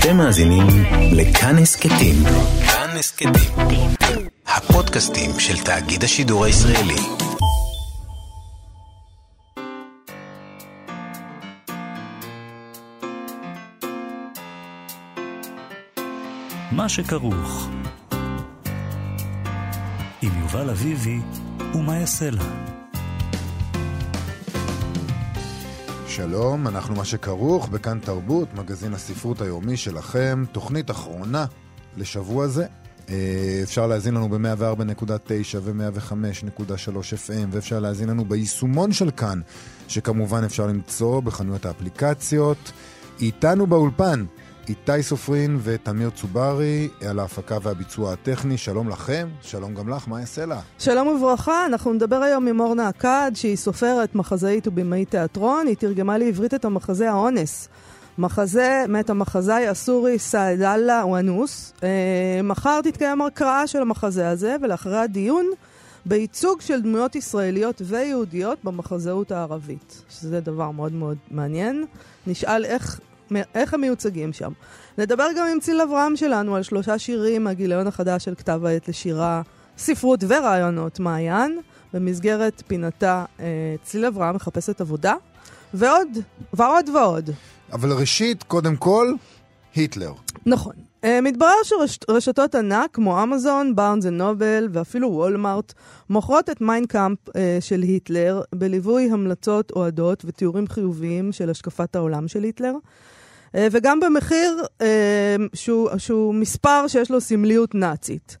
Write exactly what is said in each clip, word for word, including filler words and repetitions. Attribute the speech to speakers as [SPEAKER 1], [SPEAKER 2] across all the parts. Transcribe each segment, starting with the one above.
[SPEAKER 1] אתם מאזינים לכאן הסקטים. כאן הסקטים. הפודקאסטים של תאגיד השידור הישראלי. מה שכרוך. עם יובל אביבי ומה יעשה לה.
[SPEAKER 2] שלום, אנחנו מה שכרוך בכאן תרבות, מגזין הספרות היומי שלכם, תוכנית אחרונה לשבוע זה. אפשר להזין לנו ב-מאה וארבע נקודה תשע ו-מאה וחמש נקודה שלוש אף אם, ואפשר להזין לנו ביישומון של כאן, שכמובן אפשר למצוא בחנויות האפליקציות. איתנו באולפן איתי סופרין ותמיר צוברי על ההפקה והביצוע הטכני. שלום לכם, שלום גם לך, מה יעשה לה?
[SPEAKER 3] שלום וברכה, אנחנו נדבר היום עם אורנה אקד, שהיא סופרת, מחזאית ובימאית תיאטרון. היא תרגמה לעברית את המחזה האונס. מחזה מת המחזאי הסורי סעד אללה ואנוס. אה, מחר תתקיים הקראה של המחזה הזה, ולאחרי הדיון בייצוג של דמויות ישראליות ויהודיות במחזאות הערבית, שזה דבר מאוד מאוד מעניין. נשאל איך איך הם מיוצגים שם. נדבר גם עם ציל אברהם שלנו על שלושה שירים מהגיליון החדש של כתב העת לשירה, ספרות ורעיונות מעיין, במסגרת פינתה אה, ציל אברהם מחפשת עבודה, ועוד, ועוד ועוד.
[SPEAKER 2] אבל ראשית, קודם כל, היטלר.
[SPEAKER 3] נכון. אה, מתברר שרשתות ענק כמו אמזון, בארנס אנד נובל ואפילו וולמארט מוכרות את מיינקאמפ אה, של היטלר בליווי המלצות אוהדות ותיאורים חיוביים של השקפת העולם של היטלר. וגם במחיר שהוא, שהוא מספר שיש לו סמליות נאצית.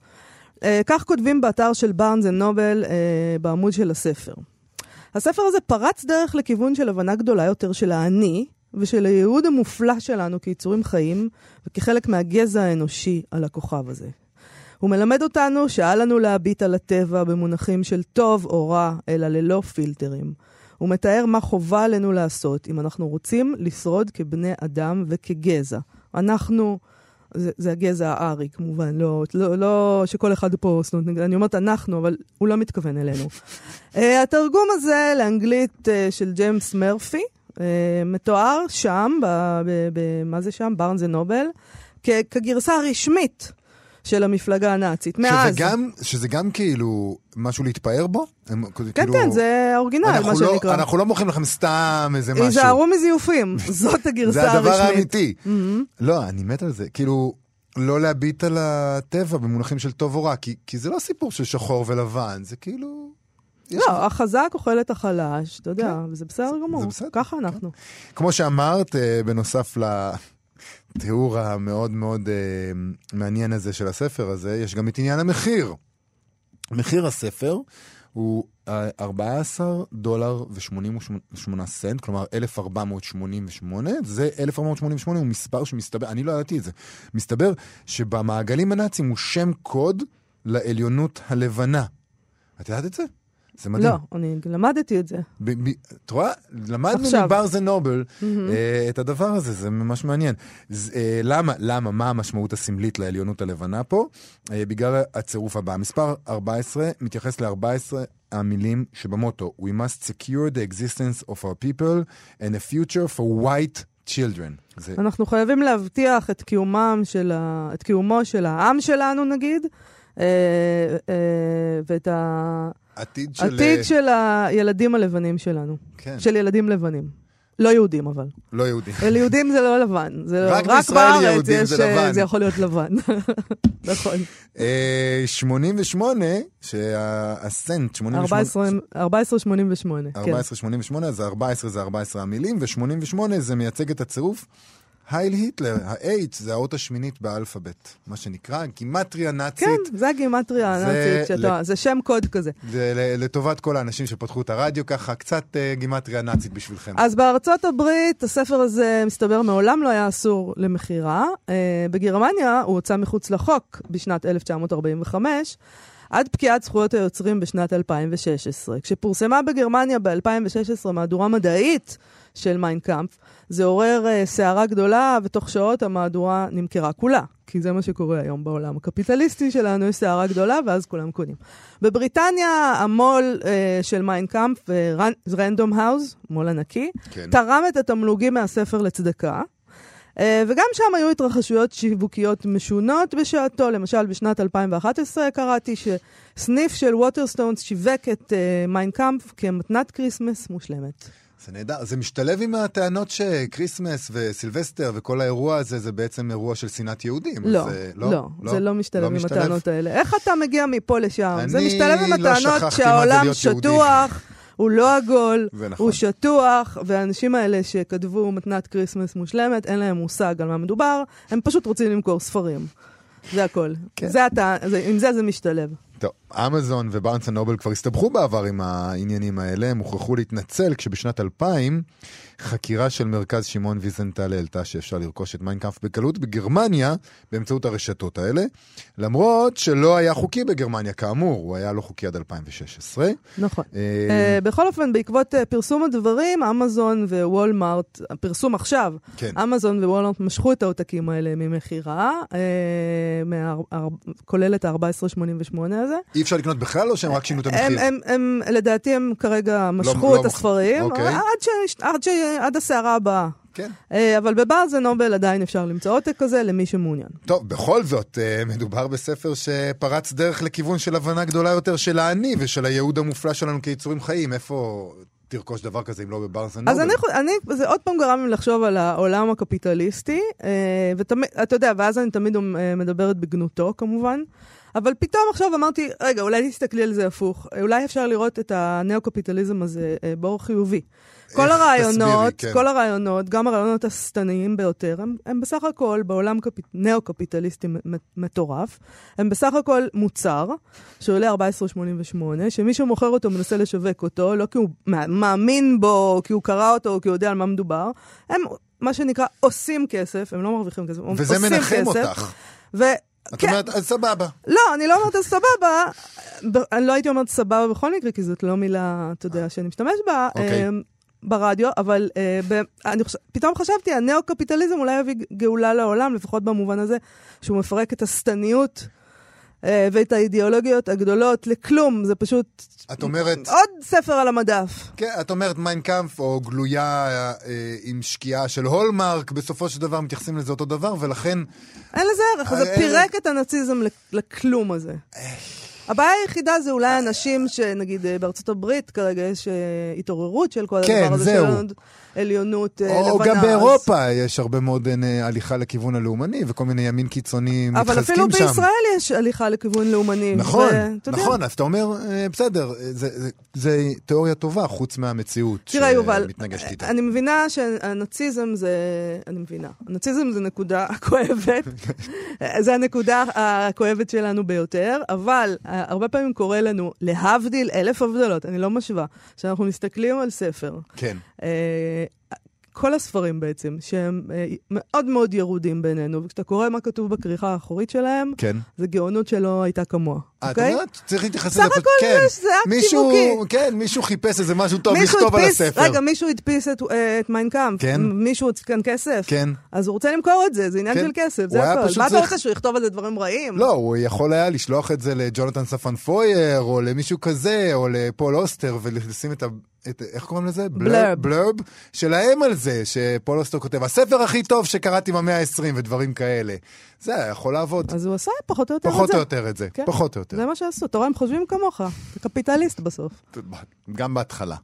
[SPEAKER 3] כך כותבים באתר של בארנס אנד נובל בעמוד של הספר. הספר הזה פרץ דרך לכיוון של הבנה גדולה יותר של האני, ושל הייעוד המופלא שלנו כיצורים חיים, וכחלק מהגזע האנושי על הכוכב הזה. הוא מלמד אותנו שעל לנו להביט על הטבע במונחים של טוב או רע, אלא ללא פילטרים. הוא מתאר מה חובה עלינו לעשות אם אנחנו רוצים לשרוד כבני אדם וכגזע. אנחנו, זה, זה הגזע הארי כמובן, לא, לא, לא שכל אחד פה, אני אומרת אנחנו, אבל הוא לא מתכוון אלינו. uh, התרגום הזה לאנגלית uh, של ג'יימס מרפי, uh, מתואר שם, ב, ב, ב, מה זה שם? בארנס אנד נובל, כ, כגרסה הרשמית של המפלגה הנאצית. מאז.
[SPEAKER 2] שזה גם, שזה גם כאילו משהו להתפאר בו?
[SPEAKER 3] כן, כאילו, כן, זה האורגינל, מה
[SPEAKER 2] לא,
[SPEAKER 3] שנקרא.
[SPEAKER 2] אנחנו לא מוכרים לכם סתם איזה משהו.
[SPEAKER 3] היזהרו מזיופים, זאת הגרסה הרשמית.
[SPEAKER 2] זה הדבר האמיתי. לא, אני מת על זה. כאילו, לא להביט על הטבע במונחים של טוב או רע, כי, כי זה לא סיפור של שחור ולבן, זה כאילו...
[SPEAKER 3] לא, החזק אוכל את החלש, אתה יודע, וזה בסדר גמור. ככה אנחנו.
[SPEAKER 2] כמו שאמרת, בנוסף ל... התיאור המאוד מאוד אה, מעניין הזה של הספר הזה, יש גם את עניין המחיר. מחיר הספר הוא ארבעה עשר דולר ושמונים ושמונה סנט, כלומר אלף ארבע מאות שמונים ושמונה, זה אלף ארבע מאות שמונים ושמונה הוא מספר שמסתבר, אני לא ידעתי את זה, מסתבר שבמעגלים הנאצים הוא שם קוד לעליונות הלבנה. את יודעת את זה? זה מדהים.
[SPEAKER 3] לא, אני למדתי את זה.
[SPEAKER 2] את רואה? למדנו מבארנס אנד נובל את הדבר הזה, זה ממש מעניין. למה? למה? מה המשמעות הסמלית לעליונות הלבנה פה? בגלל הצירוף הבא. מספר ארבע עשרה מתייחס ל-ארבע עשרה המילים שבמוטו. We must secure the existence of our people and a future for white children.
[SPEAKER 3] אנחנו חייבים להבטיח את קיומם של ה... את קיומו של העם שלנו, נגיד, ואת ה...
[SPEAKER 2] עתיד של...
[SPEAKER 3] עתיד של הילדים הלבנים שלנו.
[SPEAKER 2] כן.
[SPEAKER 3] של ילדים לבנים. לא יהודים אבל.
[SPEAKER 2] לא יהודים.
[SPEAKER 3] אל יהודים זה לא לבן. זה
[SPEAKER 2] רק
[SPEAKER 3] רק
[SPEAKER 2] בישראל יהודים זה לבן.
[SPEAKER 3] זה יכול להיות לבן. נכון.
[SPEAKER 2] שמונים ושמונה, שהסנט,
[SPEAKER 3] ארבע עשרה שמונים ושמונה.
[SPEAKER 2] ארבע עשרה שמונים ושמונה, זה ארבע עשרה זה ארבע עשרה המילים, ו-שמונים ושמונה זה מייצג את הצירוף. הייל היטלר, ה-H זה האות השמינית באלפאבית, מה שנקרא, גימטריה נאצית.
[SPEAKER 3] כן, זה הגימטריה הנאצית, שאתה, זה שם קוד כזה.
[SPEAKER 2] זה לטובת כל האנשים שפתחו את הרדיו ככה, קצת uh, גימטריה נאצית בשבילכם.
[SPEAKER 3] אז בארצות הברית, הספר הזה מסתבר מעולם לא היה אסור למחירה. Uh, בגרמניה הוא הוצא מחוץ לחוק בשנת אלף תשע מאות ארבעים וחמש, עד פקיעת זכויות היוצרים בשנת אלפיים ושש עשרה. כשפורסמה בגרמניה ב-אלפיים ושש עשרה מהדורה מדעית של מיינקאמפ, זה עורר uh, שערה גדולה, ותוך שעות המהדורה נמכרה כולה. כי זה מה שקורה היום בעולם הקפיטליסטי שלנו, יש שערה גדולה, ואז כולם קונים. בבריטניה, המול uh, של מיינקאמפ, רנדום האוז, מול ענקי, כן. תרם את התמלוגים מהספר לצדקה, וגם שם היו התרחשויות שיווקיות משונות בשעתו, למשל בשנת אלפיים ואחת עשרה קראתי שסניף של ווטרסטונס שיווק את מיינקאמפ כמתנת קריסמס מושלמת.
[SPEAKER 2] זה נהדר, זה משתלב עם הטענות שקריסמס וסילבסטר וכל האירוע הזה זה בעצם אירוע של שנאת יהודים.
[SPEAKER 3] לא,
[SPEAKER 2] זה,
[SPEAKER 3] לא,
[SPEAKER 2] לא,
[SPEAKER 3] לא, זה לא משתלב לא עם משתלב. הטענות האלה. איך אתה מגיע מפה לשם? זה משתלב עם הטענות
[SPEAKER 2] לא
[SPEAKER 3] שהעולם שטוח, הוא לא עגול,
[SPEAKER 2] נכון.
[SPEAKER 3] הוא שטוח, והאנשים האלה שכתבו מתנת קריסמס מושלמת, אין להם מושג על מה מדובר, הם פשוט רוצים למכור ספרים. זה הכל. כן. זה אתה, זה, עם זה זה משתלב.
[SPEAKER 2] טוב, אמזון ובארנס אנד נובל כבר הסתבכו בעבר עם העניינים האלה, הם הוכרחו להתנצל כשבשנת אלפיים חקירה של מרכז שמעון ויזנטל העלתה שאפשר לרכוש את מיינקאמפ בקלות בגרמניה באמצעות הרשתות האלה, למרות שלא היה חוקי בגרמניה כאמור, הוא היה לא חוקי עד אלפיים ושש עשרה.
[SPEAKER 3] נכון. בכל אופן, בעקבות פרסום הדברים, אמזון ווולמארט, פרסום עכשיו, אמזון ווולמארט משכו את העותקים האלה ממחירה, כולל את ה-ארבע עשרה שמונים ושמונה הזה.
[SPEAKER 2] אי אפשר לקנות בכלל או שהם רק שינו את המחיר?
[SPEAKER 3] הם, הם, לדעתי הם כרגע משכו את הספרים, עד ש... עד הסערה הבאה.
[SPEAKER 2] כן.
[SPEAKER 3] אבל בבארנס אנד נובל עדיין אפשר למצוא עותק כזה למי שמעוניין.
[SPEAKER 2] טוב, בכל זאת, מדובר בספר שפרץ דרך לכיוון של הבנה גדולה יותר של העני ושל הייעוד המופלא שלנו כיצורים חיים. איפה תרכוש דבר כזה אם לא בבארנס אנד נובל?
[SPEAKER 3] אז אני, אני, זה עוד פעם גרם לי לחשוב על העולם הקפיטליסטי, ותמיד, אתה יודע, ואז אני תמיד מדברת בגנותו כמובן, אבל פתאום עכשיו אמרתי, רגע, אולי תסתכלי על זה הפוך. אולי אפשר לראות את הנאו-קפיטליזם הזה באור חיובי. כל הרעיונות, תסבירי, כן. כל הרעיונות, גם הרעיונות הסתניים ביותר, הם, הם בסך הכל בעולם קפיט... נאו-קפיטליסטי מטורף, הם בסך הכל מוצר שעולה ארבע עשרה שמונים ושמונה, שמי שמוכר אותו מנסה לשווק אותו, לא כי הוא מאמין בו, כי הוא קרא אותו, או כי הוא יודע על מה מדובר, הם מה שנקרא עושים כסף, הם לא מרוויחים כסף, הם
[SPEAKER 2] וזה
[SPEAKER 3] עושים
[SPEAKER 2] מנחם
[SPEAKER 3] כסף.
[SPEAKER 2] אותך.
[SPEAKER 3] ו...
[SPEAKER 2] את
[SPEAKER 3] כן.
[SPEAKER 2] אומרת, אז סבבה.
[SPEAKER 3] לא, אני לא אומרת, אז סבבה. אני לא הייתי אומרת סבבה בכל מקרה, כי זאת לא מילה, אתה יודע, שאני משתמש בה
[SPEAKER 2] אוקיי.
[SPEAKER 3] ברדיו, אבל אני חושב, פתאום חשבתי, הנאו-קפיטליזם אולי יביא גאולה לעולם, לפחות במובן הזה, שהוא מפרק את הסתניות ואת האידיאולוגיות הגדולות לכלום, זה פשוט
[SPEAKER 2] את אומרת,
[SPEAKER 3] עוד ספר על המדף.
[SPEAKER 2] כן, את אומרת מיינקאמפ או גלויה אה, עם שקיעה של הולמרק, בסופו של דבר מתייחסים לזה אותו דבר, ולכן...
[SPEAKER 3] אין לזה ערך, זה פירק את הנאציזם לכלום הזה. הבעיה היחידה זה אולי אנשים שנגיד בארצות הברית כרגע יש התעוררות של כל הדבר הזה של עליונות לבנה.
[SPEAKER 2] או גם באירופה יש הרבה מאוד הליכה לכיוון הלאומני, וכל מיני ימין קיצוני מתחזקים שם.
[SPEAKER 3] אבל אפילו בישראל יש הליכה לכיוון לאומני.
[SPEAKER 2] נכון, נכון, אז אתה אומר, בסדר, זה תיאוריה טובה, חוץ מהמציאות שמתנגשת איתה.
[SPEAKER 3] אני מבינה שהנאציזם זה, אני מבינה, הנאציזם זה נקודה כואבת, זה הנקודה הכואבת שלנו ביותר, אבל הרבה פעמים קורה לנו להבדיל אלף הבדלות, אני לא משווה, שאנחנו מסתכלים על ספר.
[SPEAKER 2] כן.
[SPEAKER 3] כל הספרים בעצם, שהם מאוד מאוד ירודים בינינו, וכשאתה קורא מה כתוב בכריכה האחורית שלהם,
[SPEAKER 2] כן.
[SPEAKER 3] זה גאונות שלא הייתה כמוה.
[SPEAKER 2] אה, אתה אומרת? צריך להתייחס
[SPEAKER 3] לזה. סך הכל
[SPEAKER 2] כן.
[SPEAKER 3] זה אקט שיווקי.
[SPEAKER 2] כן, מישהו חיפש איזה משהו טוב לכתוב על הספר.
[SPEAKER 3] רגע, מישהו הדפיס את, את מיינקאמפ.
[SPEAKER 2] כן.
[SPEAKER 3] מישהו הוציא כאן כסף.
[SPEAKER 2] כן.
[SPEAKER 3] אז הוא רוצה למכור את זה, זה עניין
[SPEAKER 2] כן.
[SPEAKER 3] של כסף, זה הכל. מה
[SPEAKER 2] צריך...
[SPEAKER 3] אתה רוצה, שהוא יכתוב על זה דברים רעים?
[SPEAKER 2] לא, הוא יכול היה לשלוח את זה לג'ונתן ספן פויר, או למישהו כזה, או לפול אוסטר, ולשים את ה... את, איך קוראים לזה?
[SPEAKER 3] בלרב.
[SPEAKER 2] בלרב שלהם על זה, שפול אוסטר כותב, הספר הכי טוב שקראתי במאה ה-עשרים ודברים כאלה. זה יכול לעבוד.
[SPEAKER 3] אז הוא עשה פחות או יותר
[SPEAKER 2] פחות
[SPEAKER 3] את זה.
[SPEAKER 2] או יותר את זה. כן. פחות או יותר.
[SPEAKER 3] זה מה שעשו. אתה רואה, הם חושבים כמוך. זה קפיטליסט בסוף.
[SPEAKER 2] גם בהתחלה.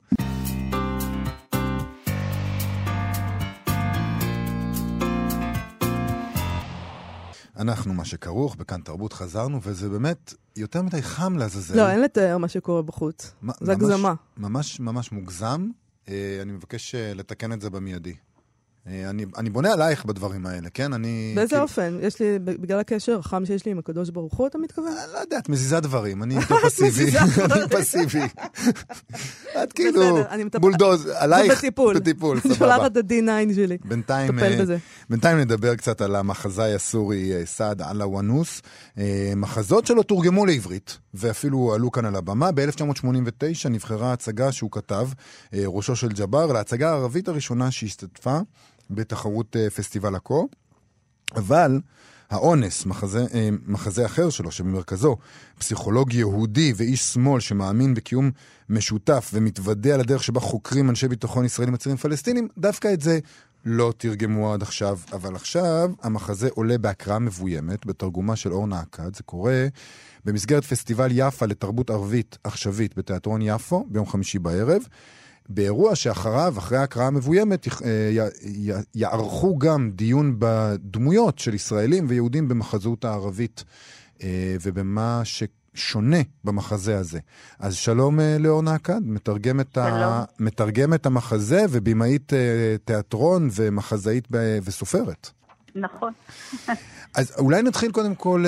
[SPEAKER 2] אנחנו מה שכרוך, בכאן תרבות חזרנו, וזה באמת יותר מדי חם לעזאזל.
[SPEAKER 3] לא, אין לתאר מה שקורה בחוץ. זה הגזמה.
[SPEAKER 2] ממש ממש מוגזם. אני מבקש לתקן את זה במיידי. אני, אני בונה עלייך בדברים האלה, כן? אני...
[SPEAKER 3] באיזה כאילו... אופן? יש לי, בגלל הקשר החם שיש לי עם הקדוש ברוך הוא, אתה מתכוון?
[SPEAKER 2] לא יודע, את מזיזה דברים, אני יותר פסיבי. אני פסיבי. את כאילו בולדוז, עלייך
[SPEAKER 3] בטיפול.
[SPEAKER 2] בטיפול, סבבה.
[SPEAKER 3] שולחת את ה-די ניין שלי.
[SPEAKER 2] בינתיים, בינתיים נדבר קצת על המחזאי הסורי סעד אל-וואנוס. מחזות שלו תורגמו לעברית, ואפילו עלו כאן על הבמה. ב-אלף תשע מאות שמונים ותשע נבחרה הצגה שהוא כתב, ראשו של ג'בר, להצגה הערבית הראשונה שהשתתפה בתחרות פסטיבל הקו, אבל האונס, מחזה, מחזה אחר שלו, שבמרכזו פסיכולוג יהודי ואיש שמאל שמאמין בקיום משותף ומתוודע על הדרך שבה חוקרים אנשי ביטחון ישראלים מצרים פלסטינים, דווקא את זה לא תרגמו עד עכשיו, אבל עכשיו המחזה עולה בהקראה מבוימת, בתרגומה של אורנה אכד. זה קורה במסגרת פסטיבל יפה לתרבות ערבית עכשווית בתיאטרון יפו, ביום חמישי בערב, באירוע שאחריו, אחרי ההקראה המבוימת, יערכו גם דיון בדמויות של ישראלים ויהודים במחזות הערבית, ובמה ששונה במחזה הזה. אז שלום לאורנה אכד, מתרגמת, ה... מתרגמת המחזה ובימאית תיאטרון ומחזאית וסופרת.
[SPEAKER 4] נכון.
[SPEAKER 2] אז אולי נתחיל קודם כל,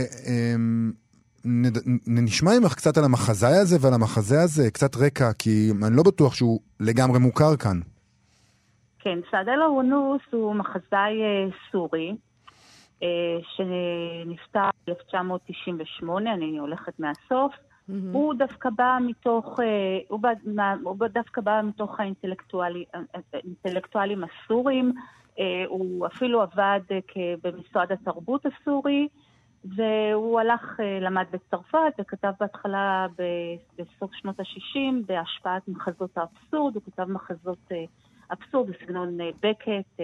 [SPEAKER 2] נד... נשמע ממך קצת על המחזאי הזה ועל המחזה הזה, קצת רקע, כי אני לא בטוח שהוא לגמרי מוכר כאן.
[SPEAKER 4] כן, סעד אל-אונוס הוא מחזאי סורי, שנפטר ב-אלף תשע מאות תשעים ושמונה, אני הולכת מהסוף. Mm-hmm. הוא דווקא בא מתוך, הוא, בא, הוא דווקא בא מתוך האינטלקטואלים הסורים, הוא אפילו עבד במשרד התרבות הסורי, והוא הלך, למד בצרפת, וכתב בהתחלה בסוף שנות ה-שישים, בהשפעת מחזות האבסורד, הוא כתב מחזות אבסורד בסגנון בקט,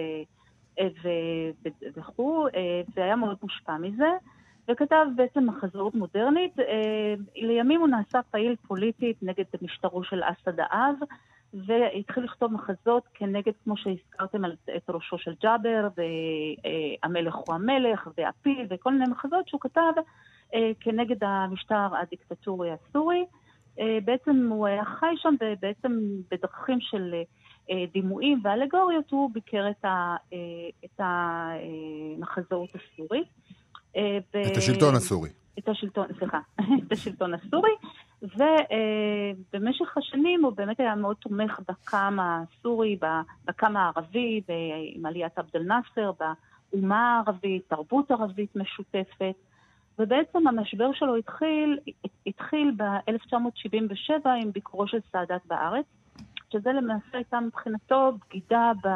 [SPEAKER 4] וכו', והיה מאוד מושפע מזה, וכתב בעצם מחזות מודרנית. לימים הוא נעשה פעיל פוליטית נגד משטרו של אסד האב, והתחיל לכתוב מחזות כנגד, כמו שהזכרתם, את ראשו של ג'אבר, והמלך הוא המלך, והפיל, וכל מיני מחזות שהוא כתב כנגד המשטר הדיקטטורי הסורי. בעצם הוא היה חי שם, ובעצם בדרכים של דימויים ואלגוריות הוא ביקר את, ה, את המחזאות הסורית.
[SPEAKER 2] את השלטון הסורי.
[SPEAKER 4] את השלטון, סליחה, את השלטון הסורי, ובמשך השנים הוא באמת היה מאוד תומך בקם הסורי, בקם הערבי, עם עליית עבד אל-נאצר, באומה הערבית, תרבות ערבית משותפת, ובעצם המשבר שלו התחיל, התחיל ב-אלף תשע מאות שבעים ושבע עם ביקורו של סאדאת בארץ, שזה למעשה הייתה מבחינתו בגידה ב...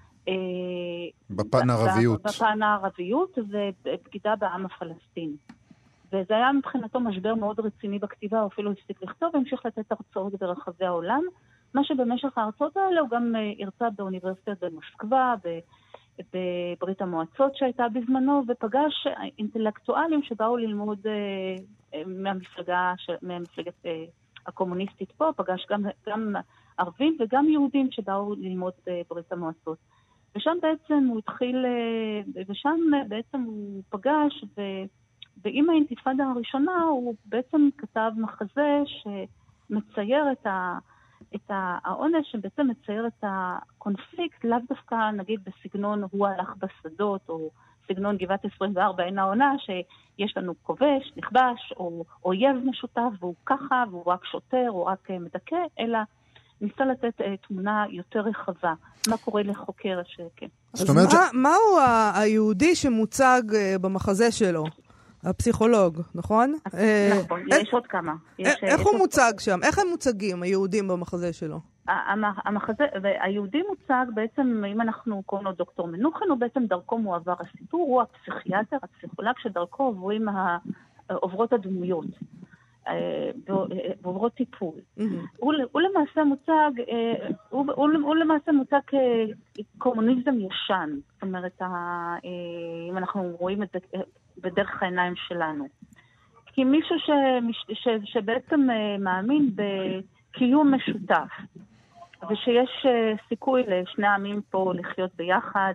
[SPEAKER 2] בפן הערביות.
[SPEAKER 4] בפן הערביות, ובגידה בעם הפלסטיני. וזה היה מבחינתו משבר מאוד רציני בכתיבה, הוא אפילו הפסיק לכתוב, והמשיך לתת הרצאות ברחבי העולם. מה שבמשך ההרצאות האלה הוא גם הרצה באוניברסיטת במוסקבה, בברית המועצות שהייתה בזמנו, ופגש אינטלקטואלים שבאו ללמוד מהמפלגה, מהמפלגת הקומוניסטית פה, פגש גם, גם ערבים וגם יהודים שבאו ללמוד בברית המועצות. ושם בעצם הוא התחיל, ושם בעצם הוא פגש, ו, ועם האינתיפאדה הראשונה הוא בעצם כתב מחזה שמצייר את, ה, את העונש, שבעצם מצייר את הקונפליקט, לאו דווקא נגיד בסגנון הוא הלך בשדות, או סגנון גבעת עשרים וארבע אין העונה, שיש לנו כובש, נכבש, או אויב משותף, והוא ככה, והוא רק שוטר, או רק מדכא, אלא ניסה לתת uh, תמונה יותר רחבה. מה קורה לחוקר שכן.
[SPEAKER 3] אז מה, ש... מהו היהודי שמוצג uh, במחזה שלו? הפסיכולוג, נכון?
[SPEAKER 4] נכון, uh, יש uh, עוד כמה. יש,
[SPEAKER 3] uh, איך הוא מוצג שם? איך הם מוצגים, היהודים במחזה שלו?
[SPEAKER 4] המחזה, היהודי מוצג בעצם, אם אנחנו קוראים לו דוקטור מנוחן, הוא בעצם דרכו מועבר הסיפור, הוא הפסיכיאטר, הפסיכולוג, שדרכו עוברים עוברות הדמויות. ועוברות טיפול. הוא למעשה מוצג, הוא למעשה מוצג כקומוניזם ישן. זאת אומרת, אם אנחנו רואים את זה בדרך העיניים שלנו. כי מישהו שבעצם מאמין בקיום משותף, ושיש סיכוי לשני העמים פה לחיות ביחד,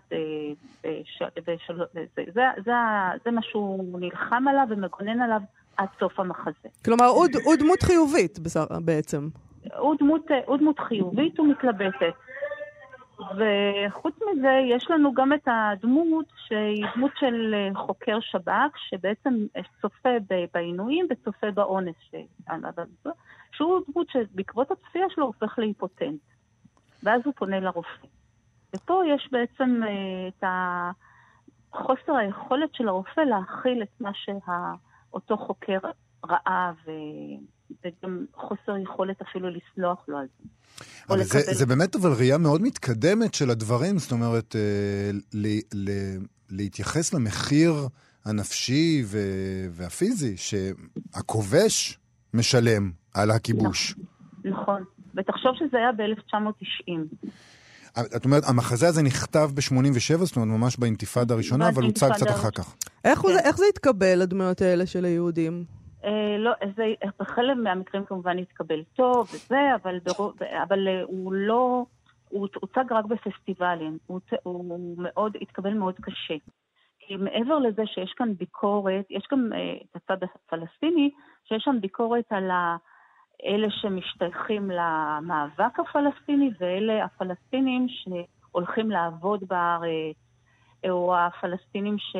[SPEAKER 4] זה מה שהוא נלחם עליו ומגונן עליו עד סוף המחזה.
[SPEAKER 3] כלומר, הוא, הוא דמות חיובית בעצם.
[SPEAKER 4] הוא דמות, הוא דמות חיובית ומתלבטת. וחוץ מזה, יש לנו גם את הדמות שהיא דמות של חוקר שב"כ, שבעצם צופה בעינויים וצופה בעונש. שהוא דמות שבעקבות הצפייה שלו הופך להיפוטנט. ואז הוא פונה לרופא. ופה יש בעצם את חוסר היכולת של הרופא להכיל את מה שה... אותו חוקר רעה, ו... וגם חוסר יכולת אפילו לסלוח לו על זה.
[SPEAKER 2] אבל זה, זה באמת אבל ראייה מאוד מתקדמת של הדברים, זאת אומרת, ל... ל... להתייחס למחיר הנפשי ו... והפיזי, שהכובש משלם על הכיבוש.
[SPEAKER 4] נכון, נכון. ותחשוב שזה היה ב-אלף תשע מאות תשעים.
[SPEAKER 2] את אומרת, המחזה הזה נכתב ב-שמונים ושבע, זאת אומרת, ממש באינתיפאדה הראשונה, אבל הוצג קצת אחר כך.
[SPEAKER 3] איך זה התקבל, הדמויות האלה של היהודים?
[SPEAKER 4] לא, בחלק מהמקרים כמובן התקבל טוב וזה, אבל הוא לא, הוא הוצג רק בפסטיבלים, הוא מאוד, התקבל מאוד קשה. כי מעבר לזה שיש כאן ביקורת, יש גם את הצד הפלסטיני, שיש שם ביקורת על אלה שמשתייכים למאבק הפלסטיני, ואלה הפלסטינים שהולכים לעבוד בארץ, או הפלסטינים ש...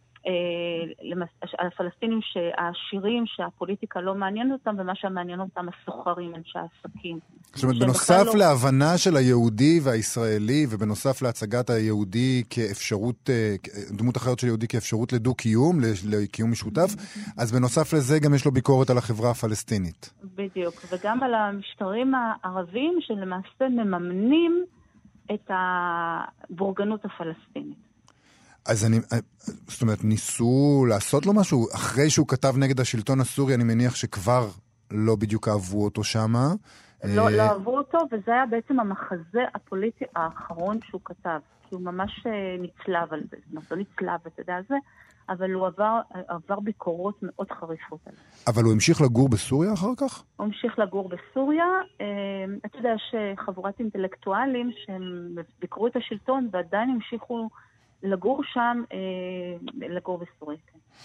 [SPEAKER 4] הפלסטינים שהעשירים, שהפוליטיקה לא מעניין אותם, ומה שמעניין אותם הסוחרים, אנשי העסקים.
[SPEAKER 2] זאת אומרת, בנוסף לא... להבנה של היהודי והישראלי, ובנוסף להצגת היהודי כאפשרות, דמות אחרת של יהודי כאפשרות לדו-קיום, לקיום משותף, אז בנוסף לזה גם יש לו ביקורת על החברה הפלסטינית.
[SPEAKER 4] בדיוק, וגם על המשטרים הערבים שלמעשה מממנים את הבורגנות הפלסטינית.
[SPEAKER 2] אז אני, זאת אומרת, ניסו לעשות לו משהו, אחרי שהוא כתב נגד השלטון הסורי, אני מניח שכבר לא בדיוק אהבו אותו שמה.
[SPEAKER 4] לא, לא אהבו אותו, וזה היה בעצם המחזה הפוליטי האחרון שהוא כתב, כי הוא ממש נצלב על זה, זאת אומרת, לא נצלב, אתה יודע זה, אבל הוא עבר, עבר ביקורות מאוד חריפות עליו.
[SPEAKER 2] אבל הוא המשיך לגור בסוריה אחר כך?
[SPEAKER 4] הוא המשיך לגור בסוריה, אתה יודע שחבורת אינטלקטואלים שהם ביקרו את השלטון ועדיין המשיכו לגור שם, לגור בסוריה.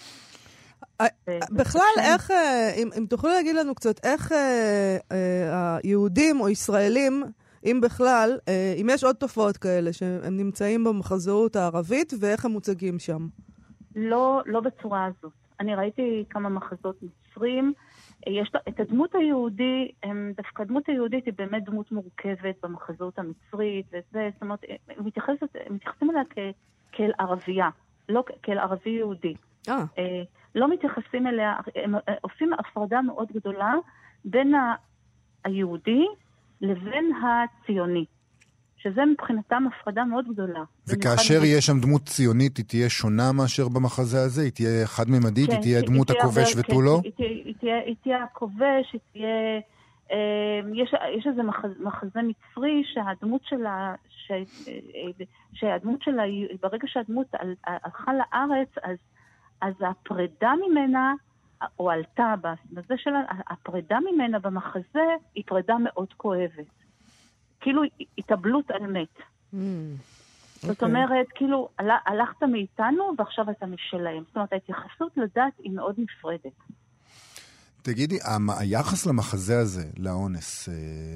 [SPEAKER 3] בכלל, איך, אם תוכלו להגיד לנו קצת, איך היהודים או ישראלים, אם בכלל, אם יש עוד תופעות כאלה שהם נמצאים במחזאות הערבית, ואיך הם מוצגים שם?
[SPEAKER 4] לא, לא בצורה הזאת. אני ראיתי כמה מחזות מצרים. יש את הדמות היהודי, דווקא הדמות היהודית היא באמת דמות מורכבת במחזות המצרית, וזה, זאת אומרת, הם מתייחסים אליה כ... כאל ערבייה, לא כאל ערבי יהודי. אה. לא מתייחסים אליה, הם עושים הפרדה מאוד גדולה בין היהודי לבין הציוני, שזה מבחינתם הפרדה מאוד גדודה.
[SPEAKER 2] וכאשר יהיה שם דמות ציונית, היא תהיה שונה מאשר במחזה הזה? היא תהיה חד-ממדית? היא תהיה דמות הכובש ותו לא?
[SPEAKER 4] היא תהיה הכובש, היא תהיה... יש, יש איזה מחזה מצרי שהדמות שלה, ש, שהדמות שלה, ברגע שהדמות הלכה לארץ, אז, אז הפרידה ממנה, או עלתה בזה שלה, הפרידה ממנה במחזה היא פרידה מאוד כואבת. כאילו התאבלות על מת. Mm, זאת okay. אומרת, כאילו הלכת מאיתנו ועכשיו אתה משלהם. זאת אומרת, ההתייחסות לדת היא מאוד נפרדת.
[SPEAKER 2] תגידי, היחס למחזה הזה, לאונס,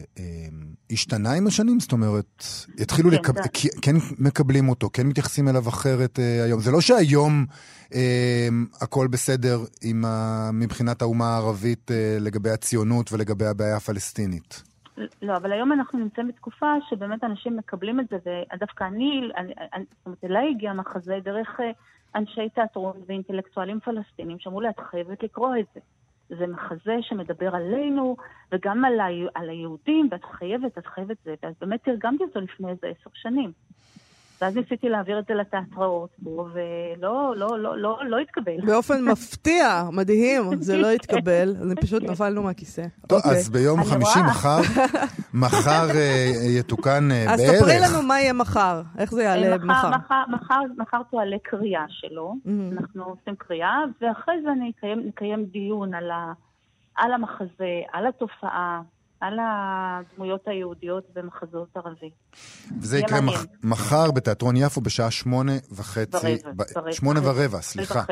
[SPEAKER 2] השתנה עם השנים? זאת אומרת, התחילו לקבל, כן מקבלים אותו, כן מתייחסים אליו אחרת היום. זה לא שהיום הכל בסדר מבחינת האומה הערבית לגבי הציונות ולגבי הבעיה הפלסטינית.
[SPEAKER 4] לא, אבל היום אנחנו נמצאים בתקופה שבאמת אנשים מקבלים את זה, ודווקא אני, זאת אומרת, אליי הגיע מחזה דרך אנשי תיאטרון ואינטלקטואלים פלסטינים, שאמרו לה, את חייבת לקרוא את זה. זה מחזה שמדבר עלינו, וגם על, ה... על היהודים, ואת חייבת, את חייבת זה, ואז באמת תרגמתי אותו לפני איזה עשר שנים. ואז ניסיתי להעביר את זה לתיאטראות, ולא, לא, לא, לא, לא התקבל.
[SPEAKER 3] באופן מפתיע, מדהים, זה לא התקבל, אז פשוט נפלנו מהכיסא.
[SPEAKER 2] טוב, אז ביום חמישי מחר, מחר יתוקן בערך.
[SPEAKER 3] אז תפרי לנו מה יהיה מחר, איך זה יעלה מחר?
[SPEAKER 4] מחר תועלה קריאה שלו, אנחנו עושים קריאה, ואחרי זה נקיים דיון על המחזה, על התופעה, על הדמויות היהודיות במחזות ערבית.
[SPEAKER 2] וזה יקרה מחר בתיאטרון יפו בשעה שמונה וחצי. שמונה ורבע, סליחה.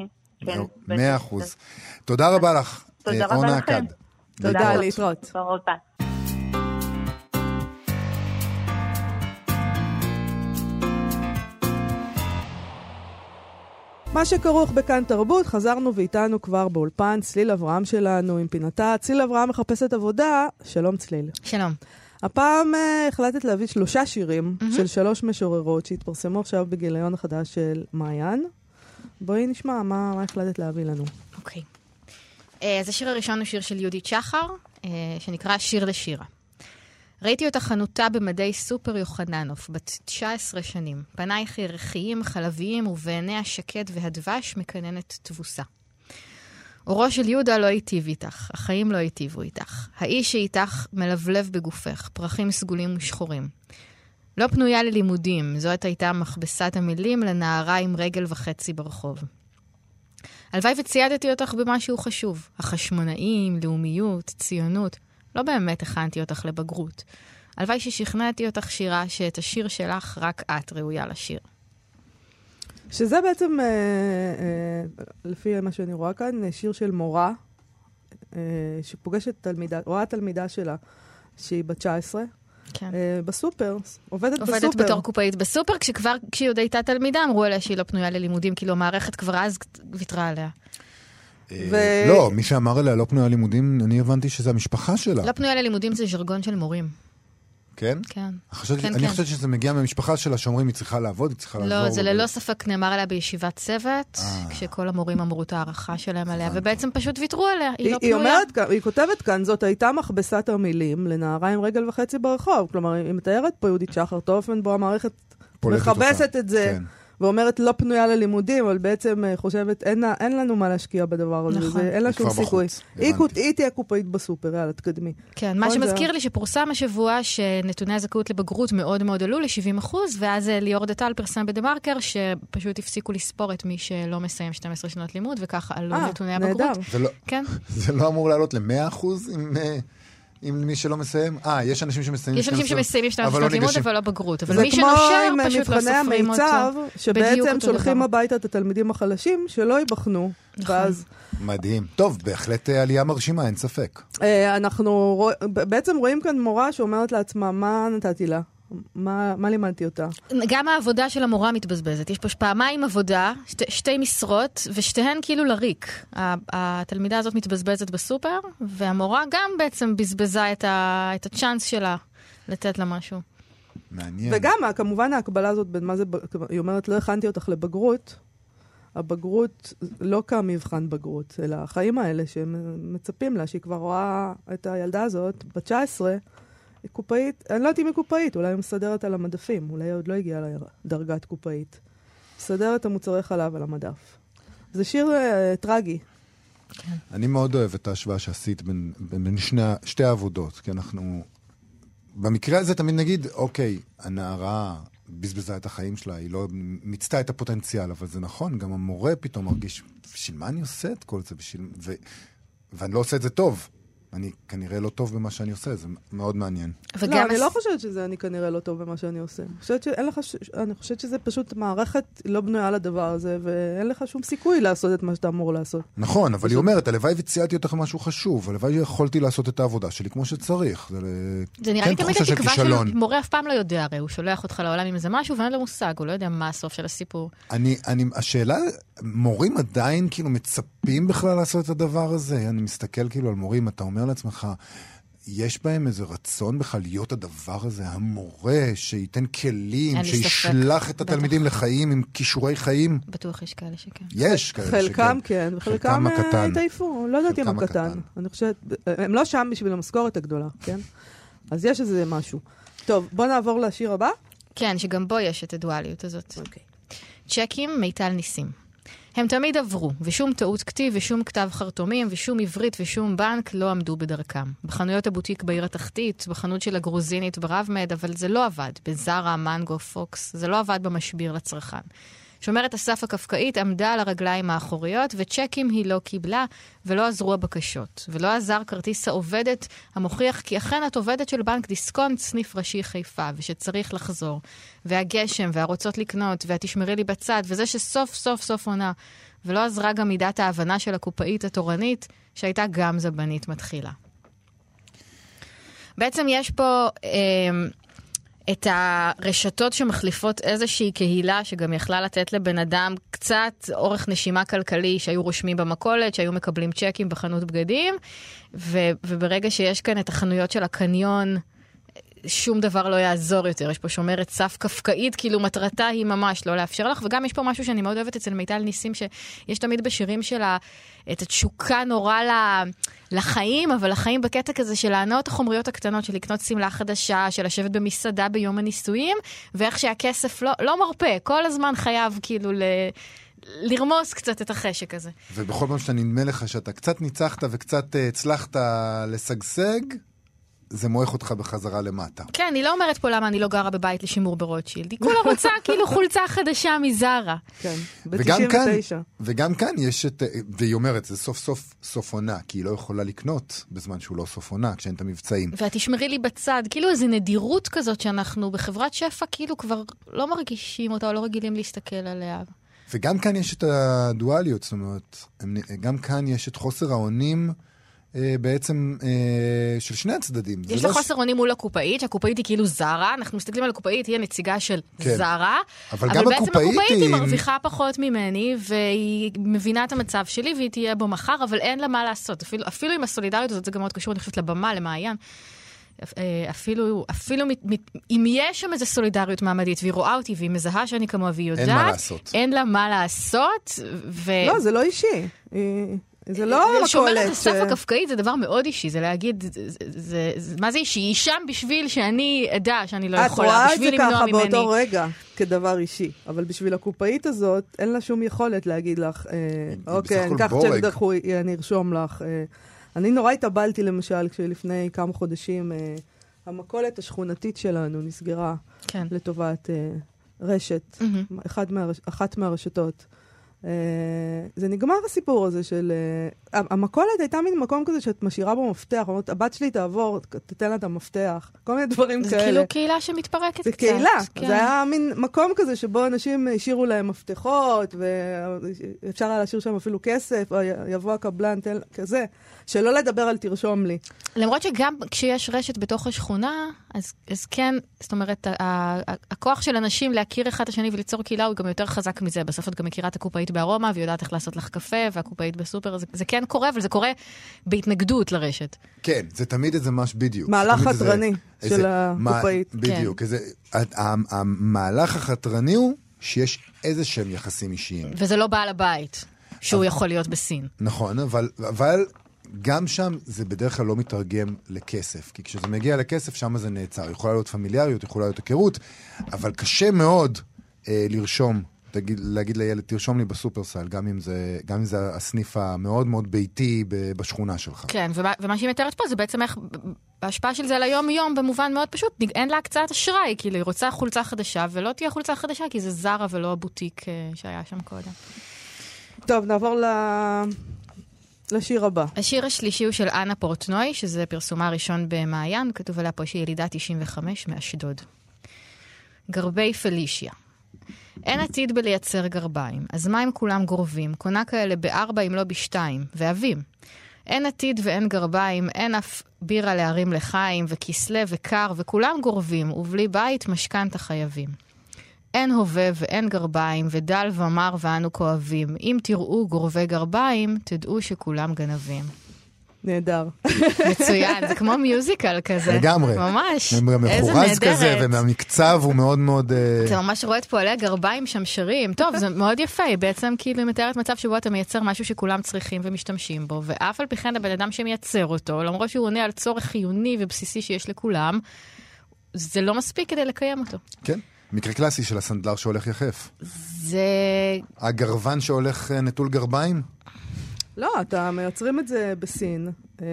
[SPEAKER 2] מאה אחוז. תודה רבה לך, אורנה אכד.
[SPEAKER 3] תודה, להתראות. מה שכרוך בכאן תרבות, חזרנו ואיתנו כבר באולפן צליל אברהם שלנו עם פינתה. צליל אברהם מחפשת עבודה. שלום צליל.
[SPEAKER 5] שלום.
[SPEAKER 3] הפעם uh, החלטת להביא שלושה שירים mm-hmm. של שלוש משוררות שהתפרסמו עכשיו בגיליון החדש של מעיין. בואי נשמע מה, מה החלטת להביא לנו.
[SPEAKER 5] אוקיי. Okay. Uh, אז השיר הראשון הוא שיר של יהודית שחר, uh, שנקרא שיר לשירה. ראיתי אותה חנותה במדי סופר יוחננוף, בת תשע עשרה שנים. פנייך ירחיים, חלביים, ובעיניה שקט והדבש מקננת תבוסה. אורו של יהודה לא היטיב איתך, החיים לא היטיבו איתך. האיש שאיתך מלבלב בגופך, פרחים סגולים ושחורים. לא פנויה ללימודים, זאת הייתה מכבסת המילים לנערה עם רגל וחצי ברחוב. הלוואי וציידתי אותך במשהו חשוב. החשמונאים, לאומיות, ציונות. לא באמת הכנתי אותך לבגרות. הלוואי ששכנעתי אותך שירה שאת השיר שלך רק את ראויה לשיר.
[SPEAKER 3] שזה בעצם, אה, אה, לפי מה שאני רואה כאן, שיר של מורה, אה, שפוגשת תלמידה, רואה תלמידה שלה, שהיא בת תשע עשרה, כן. אה, בסופר, עובדת, עובדת בסופר.
[SPEAKER 5] עובדת בתור קופאית בסופר, כשכבר, כשהיא עוד הייתה תלמידה, אמרו עליה שהיא לא פנויה ללימודים, כאילו המערכת כבר אז ויתרה עליה.
[SPEAKER 2] ו... לא, מי שאמר עליה לא פנויה ללימודים, אני הבנתי שזה המשפחה שלה.
[SPEAKER 5] לא פנויה ללימודים זה ז'רגון של מורים.
[SPEAKER 2] כן?
[SPEAKER 5] כן.
[SPEAKER 2] חושבת,
[SPEAKER 5] כן,
[SPEAKER 2] אני
[SPEAKER 5] כן.
[SPEAKER 2] חושבת שזה מגיע מהמשפחה שלה, שאומרים היא צריכה לעבוד, היא צריכה לעזור.
[SPEAKER 5] לא, זה
[SPEAKER 2] ו...
[SPEAKER 5] ללא ספק נאמר עליה בישיבת צוות, כשכל המורים אמרו את הערכה שלהם עליה, ובעצם פשוט ויתרו עליה, היא, היא לא
[SPEAKER 3] היא
[SPEAKER 5] פנויה.
[SPEAKER 3] אומרת, היא כותבת כאן, זאת הייתה מכבסת המילים לנערה עם רגל וחצי ברחוב. כלומר, היא מתארת פה יהודית שחר, תופן בו המערכת מכבסת את זה. כן. ואומרת לא פנויה ללימודים, אבל בעצם חושבת, אין, אין לנו מה להשקיע בדבר הזה, נכון. אין לה שום סיכוי. היא, היא תהיה קופאית בסופר, יאללה, תקדמי.
[SPEAKER 5] כן, מה שמזכיר זה... לי שפורסם השבוע שנתוני הזכאות לבגרות מאוד מאוד עלו ל-שבעים אחוז, ואז ליאור דטל פרסם בדה-מרקר, שפשוט הפסיקו לספור את מי שלא מסיים שתים עשרה שנות לימוד, וככה עלו 아, נתוני
[SPEAKER 3] נהדר.
[SPEAKER 5] הבגרות.
[SPEAKER 2] זה לא,
[SPEAKER 5] כן?
[SPEAKER 2] זה לא אמור לעלות ל-מאה אחוז עם... עם מי שלא מסיים? אה, יש אנשים שמסיימים...
[SPEAKER 5] יש אנשים שמסיימים שתי שנות לימוד, אבל לא בגרות. אבל מי שנושר, פשוט לא סופרים אותו.
[SPEAKER 3] שבעצם שולחים הביתה את התלמידים החלשים, שלא ייבחנו. ואז...
[SPEAKER 2] מדהים. טוב, בהחלט עלייה מרשימה, אין ספק.
[SPEAKER 3] אנחנו בעצם רואים כאן מורה שאומרת לעצמה, מה נתתי לה? מה, מה לימדתי אותה?
[SPEAKER 5] גם העבודה של המורה מתבזבזת. יש פה פעמיים עבודה, שתי, שתי משרות, ושתיהן כאילו לריק. התלמידה הזאת מתבזבזת בסופר, והמורה גם בעצם בזבזה את, ה, את הצ'אנס שלה לתת לה משהו.
[SPEAKER 2] מעניין.
[SPEAKER 3] וגם, כמובן, ההקבלה הזאת, בין מה זה, היא אומרת, לא הכנתי אותך לבגרות. הבגרות לא כמבחן בגרות, אלא החיים האלה שמצפים לה, שהיא כבר רואה את הילדה הזאת, ב-תשע עשרה, היא קופאית, אני לא יודעת אם היא קופאית, אולי היא מסדרת על המדפים, אולי היא עוד לא הגיעה לדרגת קופאית. מסדרת את המוצרי חלב על המדף. זה שיר uh, טרגי.
[SPEAKER 2] כן. אני מאוד אוהב את ההשוואה שעשית בין, בין, בין שני, שתי העבודות, כי אנחנו, במקרה הזה תמיד נגיד, אוקיי, הנערה בזבזה את החיים שלה, היא לא מצטה את הפוטנציאל, אבל זה נכון, גם המורה פתאום מרגיש, בשביל מה אני עושה את כל זה? בשביל... ו... ואני לא עושה את זה טוב. אני כנראה לא טוב במה שאני עושה, זה מאוד מעניין.
[SPEAKER 3] לא, אני לא חושבת שזה אני כנראה לא טוב במה שאני עושה. אני חושבת שזה פשוט מערכת לא בנויה לדבר הזה, ואין לך שום סיכוי לעשות את מה שאתה אמור לעשות.
[SPEAKER 2] נכון, אבל היא אומרת, הלוואי וציידתי אותך משהו חשוב, הלוואי יכולתי לעשות את העבודה שלי כמו שצריך.
[SPEAKER 5] זה נראה לי תמיד התקווה של מורה אף פעם לא יודע, הרי הוא שולח אותך לעולם עם איזה משהו, ואין לו מושג, הוא לא יודע מה הסוף של הסיפור.
[SPEAKER 2] השאלה, מורים עדיין כאילו מצפים בכלל לעשות את הדבר הזה? אני מסתכל כאילו על מורים, אתה אומר לעצמך, יש בהם איזה רצון בכלל להיות הדבר הזה, המורה שייתן כלים, שישלח את התלמידים לחיים עם כישורי חיים.
[SPEAKER 5] בטוח יש כאלה שכן.
[SPEAKER 2] יש כאלה שכן.
[SPEAKER 3] חלקם כן, וחלקם התעייפו. לא יודעת אם הם קטן. אני חושבת, הם לא שם בשביל המשכורת הגדולה, כן? אז יש איזה משהו. טוב, בוא נעבור לשיר הבא.
[SPEAKER 5] כן, שגם בו יש את הדואליות הזאת. אוקיי. צ'קים, מיטל ניסים. הם תמיד עברו, ושום טעות כתיב, ושום כתב חרטומים, ושום עברית ושום בנק לא עמדו בדרכם. בחנויות הבוטיק בעיר התחתית, בחנות של הגרוזינית ברב מד, אבל זה לא עבד. בזרה, מנגו, פוקס, זה לא עבד במשביר לצרכן. שומרת הסף הקפקאית עמדה על הרגליים האחוריות, וצ'קים היא לא קיבלה, ולא עזרו הבקשות. ולא עזר כרטיס העובדת המוכיח כי אכן את עובדת של בנק דיסקונט סניף ראשי חיפה, ושצריך לחזור. והגשם, והרוצות לקנות, והתשמרי לי בצד, וזה שסוף סוף סוף עונה. ולא עזרה גם מידת ההבנה של הקופאית התורנית, שהייתה גם זבנית מתחילה. בעצם יש פה... אה, את הרשתות שמחליפות איזושהי קהילה שגם יכלה לתת לבן אדם קצת אורך נשימה כלכלי שהיו רושמים במקולת, שהיו מקבלים צ'קים בחנות בגדים, ו- וברגע שיש כאן את החנויות של הקניון, שום דבר לא יעזור יותר. יש פה שומרת סף קפקאית, כאילו מטרתה היא ממש לא לאפשר לך, וגם יש פה משהו שאני מאוד אוהבת אצל מיטל ניסים, שיש תמיד בשירים שלה את התשוקה נורא לחיים, אבל החיים בקטע כזה של הענות החומריות הקטנות, של לקנות סמלה חדשה, של לשבת במסעדה ביום הנישואים, ואיך שהכסף לא, לא מרפא, כל הזמן חייב כאילו ל... לרמוס קצת את החשק הזה.
[SPEAKER 2] ובכל פעם שאתה נדמה לך שאתה קצת ניצחת וקצת הצלחת לשגשג, זה מועך אותך בחזרה למטה.
[SPEAKER 5] כן, אני לא אומרת פה למה אני לא גרה בבית לשימור ברוטשילד. היא כולה רוצה כאילו חולצה חדשה מזרה.
[SPEAKER 3] כן, ב-תשעים ותשע.
[SPEAKER 2] וגם כאן יש את, והיא אומרת, זה סוף סוף סוף עונה, כי היא לא יכולה לקנות בזמן שהוא לא סוף עונה, כשאין את המבצעים.
[SPEAKER 5] ואת תשמרי לי בצד, כאילו איזו נדירות כזאת שאנחנו בחברת שפע כאילו כבר לא מרגישים אותה או לא רגילים להסתכל עליה.
[SPEAKER 2] וגם כאן יש את הדואליות, זאת אומרת, גם כאן יש את חוסר האונים בעצם של שני הצדדים.
[SPEAKER 5] יש לה חוסר אונים מול הקופאית, שהקופאית היא כאילו זרה, אנחנו מסתכלים על הקופאית, היא הנציגה של זרה, אבל בעצם הקופאית היא מרוויחה פחות ממני, והיא מבינה את המצב שלי, והיא תהיה בו מחר, אבל אין לה מה לעשות. אפילו עם הסולידריות הזאת, זה גם מאוד קשור, אני חושבת, לבמה, למעיין. אפילו, אפילו אם יש שם איזו סולידריות מעמדית, והיא רואה אותי, והיא מזהה שאני כמוה, והיא יודעת, אין מה לעשות. אין לה מה לעשות, ו...
[SPEAKER 3] לא, זה לא אישי. זה לא מקולת.
[SPEAKER 5] שומרת הסף הקפקאית זה דבר מאוד אישי, זה להגיד, מה זה אישי? היא שם בשביל שאני אדע שאני לא יכולה, בשביל למנוע ממני.
[SPEAKER 3] את רואה את זה ככה באותו רגע, כדבר אישי, אבל בשביל הקופאית הזאת, אין לה שום יכולת להגיד לך, אוקיי, אני אקח צ'ק דחוי, אני ארשום לך. אני נורא התאבלתי למשל, כשלפני כמה חודשים, המקולת השכונתית שלנו נסגרה לטובת רשת, אחת מהרשתות. זה נגמר הסיפור הזה של... המקולת הייתה מין מקום כזה שאת משאירה בו מפתח, אומרת, הבת שלי תעבור, תתן לה את המפתח, כל מיני דברים כאלה.
[SPEAKER 5] זה כאילו קהילה שמתפרקת קצת.
[SPEAKER 3] זה קהילה, זה היה מין מקום כזה שבו אנשים השאירו להם מפתחות, ואפשר היה להשאיר שם אפילו כסף, או יבוא הקבלן, כזה, שלא לדבר על תרשום לי.
[SPEAKER 5] למרות שגם כשיש רשת בתוך השכונה, אז, אז כן, זאת אומרת, הכוח של אנשים להכיר אחד השני וליצור קהילה הוא גם יותר חזק מזה. בסוף את גם מכירה את הקופאית בארומה, ויודעת איך לעשות לך קפה, והקופאית בסופר, זה, זה כן קורה, אבל זה קורה בהתנגדות לרשת.
[SPEAKER 2] כן, זה תמיד איזה מש בדיוק.
[SPEAKER 3] מהלך חתרני של הקופאית.
[SPEAKER 2] בדיוק,
[SPEAKER 5] כן.
[SPEAKER 2] איזה, המהלך החתרני הוא שיש איזה שהם יחסים אישיים.
[SPEAKER 5] וזה לא בעל הבית, שהוא יכול להיות בסין.
[SPEAKER 2] נכון, אבל... אבל גם שם זה בדרך כלל לא מתרגם לכסף, כי כשזה מגיע לכסף, שם זה נעצר. יכולה להיות פמיליאריות, יכולה להיות הכירות, אבל קשה מאוד אה, לרשום, תגיד, להגיד לילד, תרשום לי בסופרסל, גם אם זה, גם אם זה הסניף המאוד מאוד ביתי בשכונה שלך.
[SPEAKER 5] כן, ומה, ומה שהיא מתארת פה זה בעצם איך, בהשפעה של זה על היום-יום, במובן מאוד פשוט, אין לה הקצאת אשראי, כאילו היא רוצה חולצה חדשה, ולא תהיה חולצה חדשה, כי זה זרה ולא הבוטיק אה, שהיה שם קודם.
[SPEAKER 3] טוב, נעבור ל... לשיר הבא.
[SPEAKER 5] השיר השלישי הוא של אנה פורטנוי, שזה פרסומה הראשון במעיין, כתוב עליה פה שהיא ילידה תשעים וחמש מאשדוד. גרבי פלישיה. אין עתיד בלייצר גרביים, אז מה אם כולם גורבים? קונה כאלה בארבע אם לא בשתיים, ואבים. אין עתיד ואין גרביים, אין אף בירה להרים לחיים, וכסלה וקר, וכולם גורבים, ובלי בית משכנתה חייבים. אין הווה ואין גרביים, ודל ומר ואנו כואבים. אם תראו גורבי גרביים, תדעו שכולם גנבים.
[SPEAKER 3] נהדר.
[SPEAKER 5] מצוין, זה כמו מיוזיקל כזה.
[SPEAKER 2] לגמרי.
[SPEAKER 5] ממש.
[SPEAKER 2] מחורז כזה, ומהמקצב הוא מאוד מאוד...
[SPEAKER 5] אתה ממש רואה את פה עליה גרביים שמשרים. טוב, זה מאוד יפה. היא בעצם כאילו מתארת מצב שבו אתה מייצר משהו שכולם צריכים ומשתמשים בו, ואף על פי כן הבן אדם שמייצר אותו, למרות שהוא עונה על צורך חיוני ובסיסי שיש לכולם, זה לא מספיק כדי לקיים אותו. כן.
[SPEAKER 2] מקרה קלאסי של הסנדלר שהולך יחף.
[SPEAKER 5] זה...
[SPEAKER 2] הגרוון שהולך נטול גרביים?
[SPEAKER 3] לא, אתה מייצרים את זה בסין,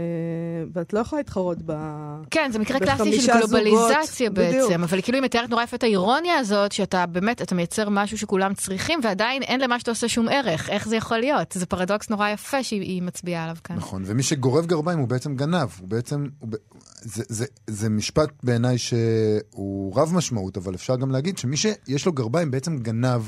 [SPEAKER 3] ואת לא יכולה להתחרות ב...
[SPEAKER 5] כן, זה מקרה קלאסי של גלובליזציה בעצם, אבל כאילו היא מתארת נורא יפה את האירוניה הזאת, שאתה באמת, אתה מייצר משהו שכולם צריכים, ועדיין אין למה שאתה עושה שום ערך. איך זה יכול להיות? זה פרדוקס נורא יפה שהיא מצביעה עליו כאן.
[SPEAKER 2] נכון, ומי שגורב גרביים הוא בעצם גנב, הוא בעצם... זה, זה, זה משפט בעיניי שהוא רב משמעות, אבל אפשר גם להגיד שמי שיש לו גרביים בעצם גנב,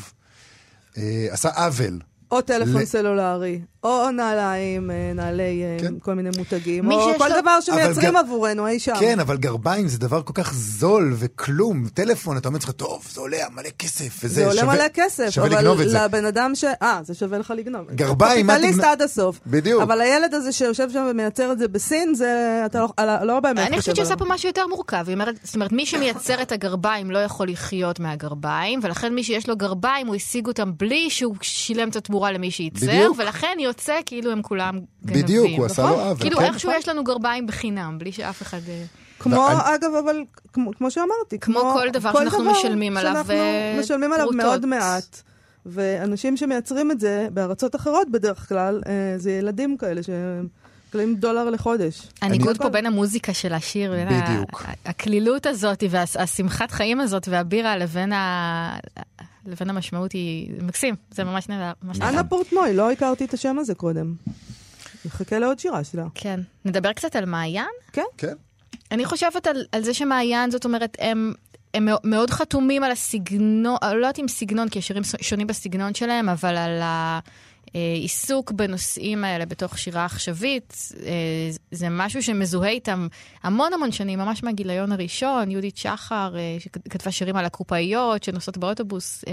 [SPEAKER 2] אה, עשה עוול.
[SPEAKER 3] או טלפון סלולרי, או נעליים, נעלי כל מיני מותגים, או כל דבר שמייצרים עבורנו, אי שם.
[SPEAKER 2] כן, אבל גרביים זה דבר כל כך זול וכלום. טלפון, אתה אומר לך, טוב, זה עולה מלא כסף.
[SPEAKER 3] זה עולה מלא כסף, אבל לבן אדם ש... אה, זה שווה לך לגנוב.
[SPEAKER 2] גרביים,
[SPEAKER 3] מה תגנוב? קפיטליסט עד הסוף.
[SPEAKER 2] בדיוק.
[SPEAKER 3] אבל הילד הזה שיושב שם ומייצר את זה בסין, זה... אתה לא באמת חושב.
[SPEAKER 5] אני חושבת שעושה פה משהו יותר מורכב. זאת אומרת, מי שמייצר את הגרביים לא יכול לחיות מהגרביים, ולכן מי שיש לו גרביים, הוא השיג אותם בלי שהוא שילם את התמורה למי שייצר, ולכן יוצא כאילו הם כולם גנבים.
[SPEAKER 2] בדיוק, הוא עשה לו עוול.
[SPEAKER 5] כאילו איכשהו יש לנו גרביים בחינם, בלי שאף אחד...
[SPEAKER 3] כמו, אגב, אבל כמו שאמרתי,
[SPEAKER 5] כמו כל דבר שאנחנו משלמים עליו.
[SPEAKER 3] שאנחנו משלמים עליו מאוד מעט. ואנשים שמייצרים את זה בארצות אחרות בדרך כלל, זה ילדים כאלה שקלים דולר לחודש.
[SPEAKER 5] הניגוד פה בין המוזיקה של השיר, בין הכלילות הזאת והשמחת חיים הזאת והבירה לבין ה... לבין המשמעות היא מקסים, זה ממש נהדר.
[SPEAKER 3] אנה פורטנוי, לא הכרתי את השם הזה קודם. נחכה לעוד שירה שלה.
[SPEAKER 5] כן. נדבר קצת על מעיין?
[SPEAKER 3] כן.
[SPEAKER 2] כן.
[SPEAKER 5] אני חושבת על, על זה שמעיין, זאת אומרת, הם, הם מאוד חתומים על הסגנון, לא יודעת אם סגנון, כי השירים שונים בסגנון שלהם, אבל על העיסוק בנושאים האלה בתוך שירה עכשווית, זה משהו שמזוהה איתם המון המון שנים, ממש מהגיליון הראשון, יהודית שחר, שכתבה שירים על הקופאיות, שנוסעות באוטובוס,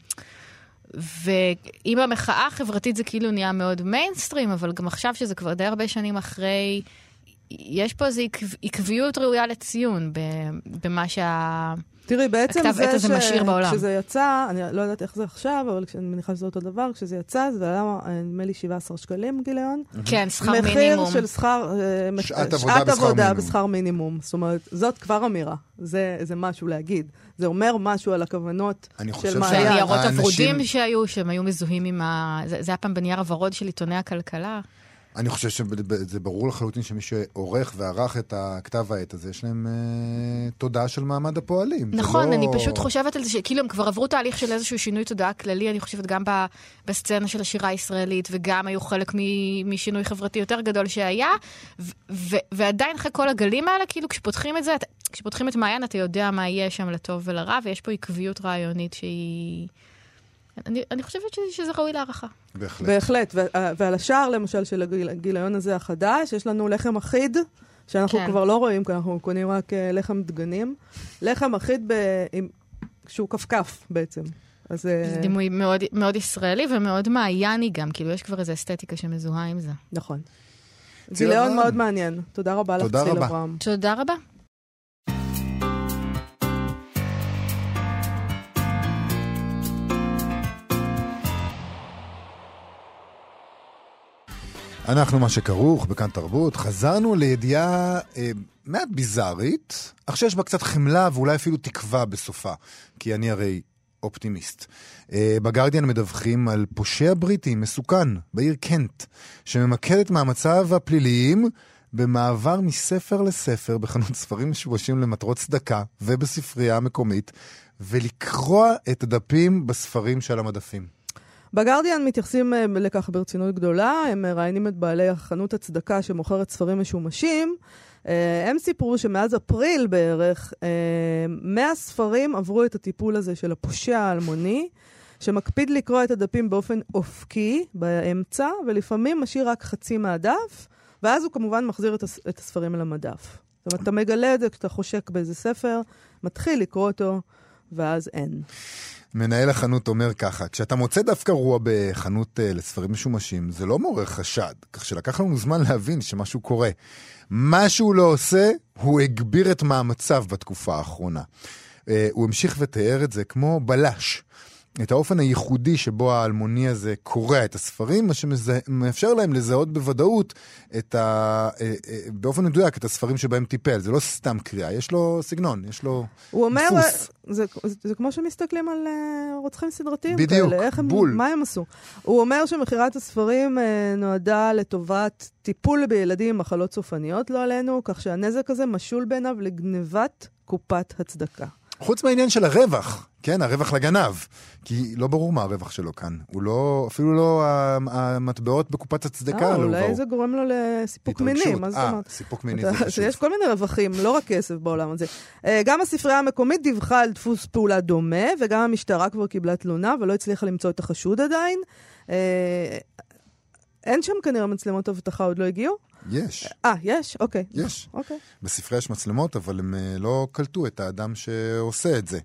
[SPEAKER 5] ועם המחאה החברתית זה כאילו נהיה מאוד מיינסטרים, אבל גם עכשיו שזה כבר די הרבה שנים אחרי, יש פה איזו עקביות ראויה לציון במה שה...
[SPEAKER 3] תראי, בעצם זה
[SPEAKER 5] כשזה
[SPEAKER 3] יצא, אני לא יודעת איך זה עכשיו, אבל כשאני מניחה שזה אותו דבר, כשזה יצא, זה היה, נדמה לי, שבעה עשר שקלים גיליון.
[SPEAKER 5] כן, שכר מינימום.
[SPEAKER 3] מחיר של שכר,
[SPEAKER 2] שעת
[SPEAKER 3] עבודה בשכר מינימום. זאת אומרת, זאת כבר אמירה. זה משהו להגיד. זה אומר משהו על הכוונות של מעיין.
[SPEAKER 5] והניירות הוורודים שהיו, שהם היו מזוהים עם ה... זה היה פעם בנייר הוורוד של עיתוני הכלכלה.
[SPEAKER 2] אני חושב שזה ברור לחלוטין שמי שעורך וערך את הכתב העת הזה, יש להם אה, תודעה של מעמד הפועלים.
[SPEAKER 5] נכון,
[SPEAKER 2] לא...
[SPEAKER 5] אני פשוט חושבת על זה שכאילו הם כבר עברו תהליך של איזשהו שינוי תודעה כללי, אני חושבת גם בסצנה של השירה הישראלית, וגם היו חלק משינוי חברתי יותר גדול שהיה, ו- ו- ועדיין אחרי כל הגלים האלה, כאילו כשפותחים את זה, כשפותחים את מעיין, אתה יודע מה יהיה שם לטוב ולרע, ויש פה עקביות רעיונית שהיא... אני, אני חושבת שזה ראוי להערכה.
[SPEAKER 2] בהחלט.
[SPEAKER 3] בהחלט. ועל השער, למשל, של הגיליון הזה החדש, יש לנו לחם אחיד, שאנחנו כן. כבר לא רואים, כי אנחנו קונים רק לחם דגנים. לחם אחיד ב... עם... שהוא כפכף בעצם. אז...
[SPEAKER 5] זה דימוי מאוד, מאוד ישראלי ומאוד מעייני גם, כאילו יש כבר איזו אסתטיקה שמזוהה עם זה.
[SPEAKER 3] נכון. גיליון מאוד מעניין. תודה רבה לך, צליל אברהם.
[SPEAKER 5] תודה רבה.
[SPEAKER 2] אנחנו מה שכרוך בכאן תרבות, חזרנו לידיעה אה, מעט ביזארית, אך שיש בה קצת חמלה ואולי אפילו תקווה בסופה, כי אני הרי אופטימיסט. אה, בגרדיאן מדווחים על פושע בריטי מסוכן בעיר קנט, שממקד את מאמציו הפליליים במעבר מספר לספר בחנות ספרים משובשים למטרות צדקה ובספרייה המקומית, ולקרוע את הדפים בספרים של המדפים.
[SPEAKER 3] בגרדיאן מתייחסים לכך ברצינות גדולה, הם מראיינים את בעלי החנות הצדקה שמוכרת ספרים משומשים. הם סיפרו שמאז אפריל בערך, מאה ספרים עברו את הטיפול הזה של הפושע האלמוני, שמקפיד לקרוא את הדפים באופן אופקי באמצע, ולפעמים משאיר רק חצי מהדף, ואז הוא כמובן מחזיר את הספרים אל המדף. זאת אומרת, אתה מגלה את זה כשאתה חושק באיזה ספר, מתחיל לקרוא אותו, ואז אין.
[SPEAKER 2] מנהל החנות אומר ככה, כשאתה מוצא דף קרוע בחנות uh, לספרים משומשים, זה לא מעורר חשד, כך שלקח לנו זמן להבין שמשהו קורה. מה שהוא לא עושה, הוא הגביר את מאמציו בתקופה האחרונה. Uh, הוא המשיך ותיאר את זה כמו בלש. את האופן הייחודי שבו האלמוני הזה קורא את הספרים, מה שמאפשר להם לזהות בוודאות את ה... באופן מדויק את הספרים שבהם טיפל. זה לא סתם קריאה, יש לו סגנון, יש לו
[SPEAKER 3] הוא אומר,
[SPEAKER 2] דפוס.
[SPEAKER 3] זה, זה, זה כמו שמסתכלים על uh, רוצחים סדרתיים
[SPEAKER 2] בדיוק,
[SPEAKER 3] כאלה. איך הם,
[SPEAKER 2] בול.
[SPEAKER 3] מה הם עשו? הוא אומר שמחירת הספרים uh, נועדה לטובת טיפול בילדים עם מחלות סופניות, לא עלינו, כך שהנזק הזה משול בעיניו לגנבת קופת הצדקה.
[SPEAKER 2] חוץ מהעניין של הרווח, כן, הרווח לגנב, כי לא ברור מה הרווח שלו כאן. הוא לא, אפילו לא המטבעות בקופת הצדקה.
[SPEAKER 3] אה, אולי זה גורם לו לסיפוק מיני, מה זאת אומרת?
[SPEAKER 2] אה, סיפוק מיני זה חשוב.
[SPEAKER 3] יש כל מיני רווחים, לא רק כסף בעולם הזה. גם הספרייה המקומית דיווחה על דפוס פעולה דומה, וגם המשטרה כבר קיבלה תלונה, ולא הצליחה למצוא את החשוד עדיין. אין שם כנראה מצלמות אבטחה, עוד לא הגיעו?
[SPEAKER 2] יש.
[SPEAKER 3] אה, יש? אוקיי.
[SPEAKER 2] יש.
[SPEAKER 3] אוקיי.
[SPEAKER 2] בספרי יש מצלמות, אבל הם לא קלטו את האדם שעושה את זה.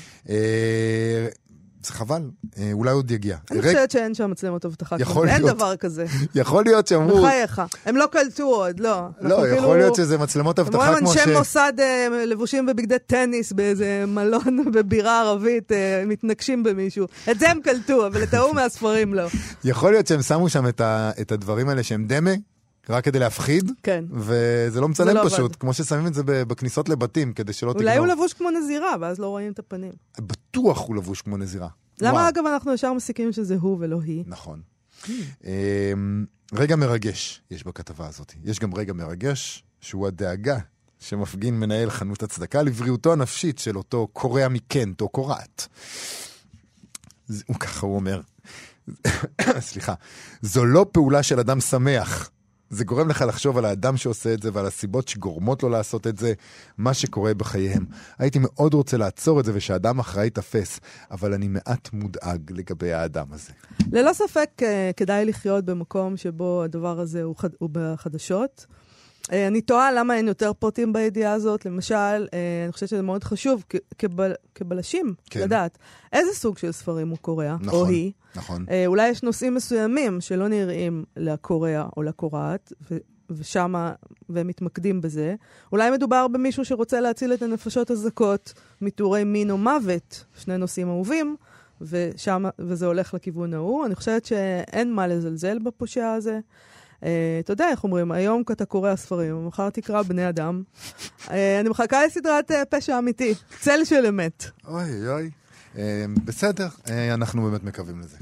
[SPEAKER 2] זה חבל, אולי עוד יגיע.
[SPEAKER 3] אני חושבת שאין שם מצלמות אבטחה. אין דבר כזה.
[SPEAKER 2] יכול להיות שאמרו...
[SPEAKER 3] בחייך. הם לא קלטו עוד, לא.
[SPEAKER 2] לא, יכול להיות שזה מצלמות אבטחה כמו ש...
[SPEAKER 3] הם אנשי מוסד לבושים בבגדי טניס באיזה מלון בבירה ערבית, מתנגשים במישהו. את זה הם קלטו, אבל את ההוא מהספרים לא.
[SPEAKER 2] יכול להיות שהם שמו שם את הדברים האלה שהם דמה, רק כדי להפחיד,
[SPEAKER 3] כן.
[SPEAKER 2] וזה לא מצלם לא פשוט, עבד. כמו ששמים את זה בכניסות לבתים, כדי שלא תגנוב.
[SPEAKER 3] אולי הוא לבוש כמו נזירה, ואז לא רואים את הפנים.
[SPEAKER 2] בטוח הוא לבוש כמו נזירה.
[SPEAKER 3] למה וואו. אגב אנחנו ישר מסיקים שזה הוא ולא היא?
[SPEAKER 2] נכון. רגע מרגש יש בכתבה הזאת. יש גם רגע מרגש שהוא הדאגה שמפגין מנהל חנות הצדקה לבריאותו הנפשית של אותו קורע מקנט או קורעת. הוא ככה הוא אומר, סליחה, זו לא פעולה של אדם שמח. זה גורם לך לחשוב על האדם שעושה את זה ועל הסיבות שגורמות לו לעשות את זה, מה שקורה בחייהם. הייתי מאוד רוצה לעצור את זה ושהאדם אחראי תפס, אבל אני מעט מודאג לגבי האדם הזה.
[SPEAKER 3] ללא ספק כדאי לחיות במקום שבו הדבר הזה הוא, חד... הוא בחדשות. אני תוהה למה אין יותר פרטים בידיעה הזאת. למשל, אני חושבת שזה מאוד חשוב כבל... כבלשים, כן. לדעת איזה סוג של ספרים הוא קורא, נכון, או היא.
[SPEAKER 2] נכון.
[SPEAKER 3] אולי יש נושאים מסוימים שלא נראים לקורא או לקוראת, ו... ושמה, והם מתמקדים בזה. אולי מדובר במישהו שרוצה להציל את הנפשות הזכות מתיאורי מין או מוות, שני נושאים אהובים, ושם, וזה הולך לכיוון ההוא. אני חושבת שאין מה לזלזל בפושע הזה. Uh, אתה יודע איך אומרים, היום אתה קורא הספרים, מחר תקרא בני אדם. uh, אני מחכה לסדרת uh, פשע אמיתי, צל של אמת.
[SPEAKER 2] אוי אוי, uh, בסדר, uh, אנחנו באמת מקווים לזה.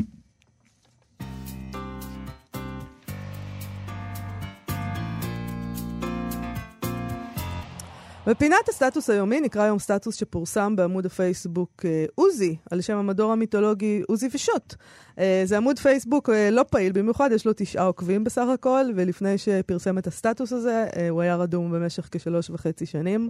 [SPEAKER 3] בפינת הסטטוס היומי נקרא היום סטטוס שפורסם בעמוד הפייסבוק עוזי, על שם המדור המיתולוגי עוזי ושוט. זה עמוד פייסבוק לא פעיל במיוחד, יש לו תשעה עוקבים בסך הכל, ולפני שפרסם את הסטטוס הזה, הוא היה רדום במשך כשלוש וחצי שנים.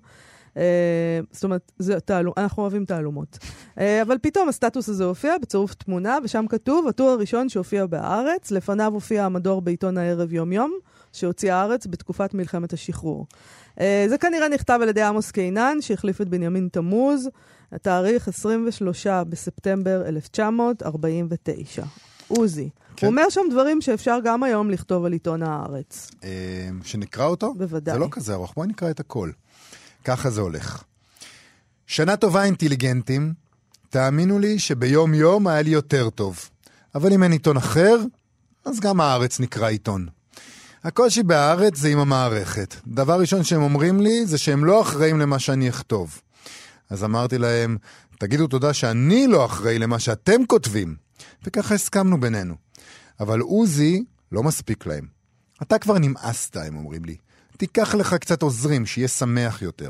[SPEAKER 3] זאת אומרת, זה תעלום, אנחנו אוהבים תעלומות. אבל פתאום הסטטוס הזה הופיע בצירוף תמונה, ושם כתוב, הטור הראשון שהופיע בארץ, לפניו הופיע המדור בעיתון הערב יום יום, שהוציא הארץ בתקופת מלחמת השחרור. זה כנראה נכתב על ידי עמוס קינן, שהחליף את בנימין תמוז, התאריך עשרים ושלושה בספטמבר אלף תשע מאות ארבעים ותשע. עוזי. הוא אומר שם דברים שאפשר גם היום לכתוב על עיתון הארץ.
[SPEAKER 2] שנקרא אותו?
[SPEAKER 3] בוודאי.
[SPEAKER 2] זה לא כזה ארוך, בואי נקרא את הכל. ככה זה הולך. שנה טובה אינטליגנטים, תאמינו לי שביום יום היה לי יותר טוב. אבל אם אין עיתון אחר, אז גם הארץ נקרא עיתון. הקושי בארץ זה עם המערכת. דבר ראשון שהם אומרים לי זה שהם לא אחראים למה שאני אכתוב. אז אמרתי להם, תגידו תודה שאני לא אחראי למה שאתם כותבים. וככה הסכמנו בינינו. אבל עוזי לא מספיק להם. אתה כבר נמאסת, הם אומרים לי. תיקח לך קצת עוזרים, שיהיה שמח יותר.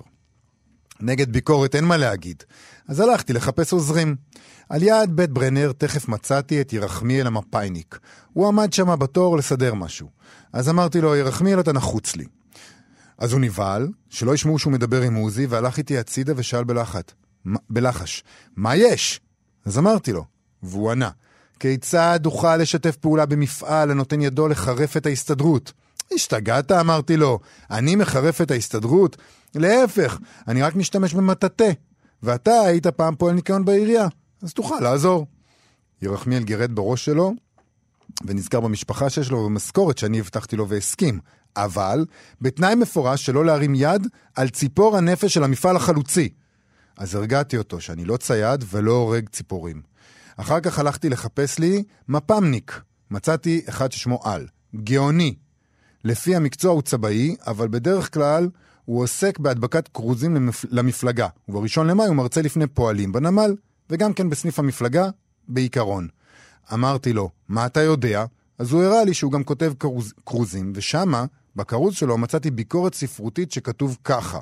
[SPEAKER 2] נגד ביקורת אין מה להגיד. אז הלכתי לחפש עוזרים. על יד בית ברנר תכף מצאתי את ירחמיאל המפייניק. הוא עמד שמה בתור לסדר משהו. אז אמרתי לו, ירחמיאל אתה נחוץ לי. אז הוא נבהל, שלא ישמעו שהוא מדבר עם עוזי, והלך איתי הצידה ושאל בלחת, בלחש, מה יש? אז אמרתי לו, והוא ענה, כיצד אוכל לשתף פעולה במפעל הנותן ידו לחרף את ההסתדרות? השתגעת, אמרתי לו, אני מחרף את ההסתדרות? להפך, אני רק משתמש במטאטה, ואתה היית פעם פועל ניקיון בעירייה, אז תוכל לעזור. ירחמיאל גירד בראש שלו, ונזכר במשפחה שיש לו במשכורת שאני הבטחתי לו והסכים, אבל בתנאי מפורש שלא להרים יד על ציפור הנפש של המפעל החלוצי. אז הרגעתי אותו שאני לא צייד ולא הורג ציפורים. אחר כך הלכתי לחפש לי מפמניק. מצאתי אחד ששמו על, גאוני. לפי המקצוע הוא צבאי, אבל בדרך כלל הוא עוסק בהדבקת קרוזים למפ... למפלגה. ובראשון למאי הוא מרצה לפני פועלים בנמל, וגם כן בסניף המפלגה, בעיקרון. אמרתי לו, מה אתה יודע? אז הוא הראה לי שהוא גם כותב קרוז... קרוזים, ושמה, בקרוז שלו, מצאתי ביקורת ספרותית שכתוב ככה.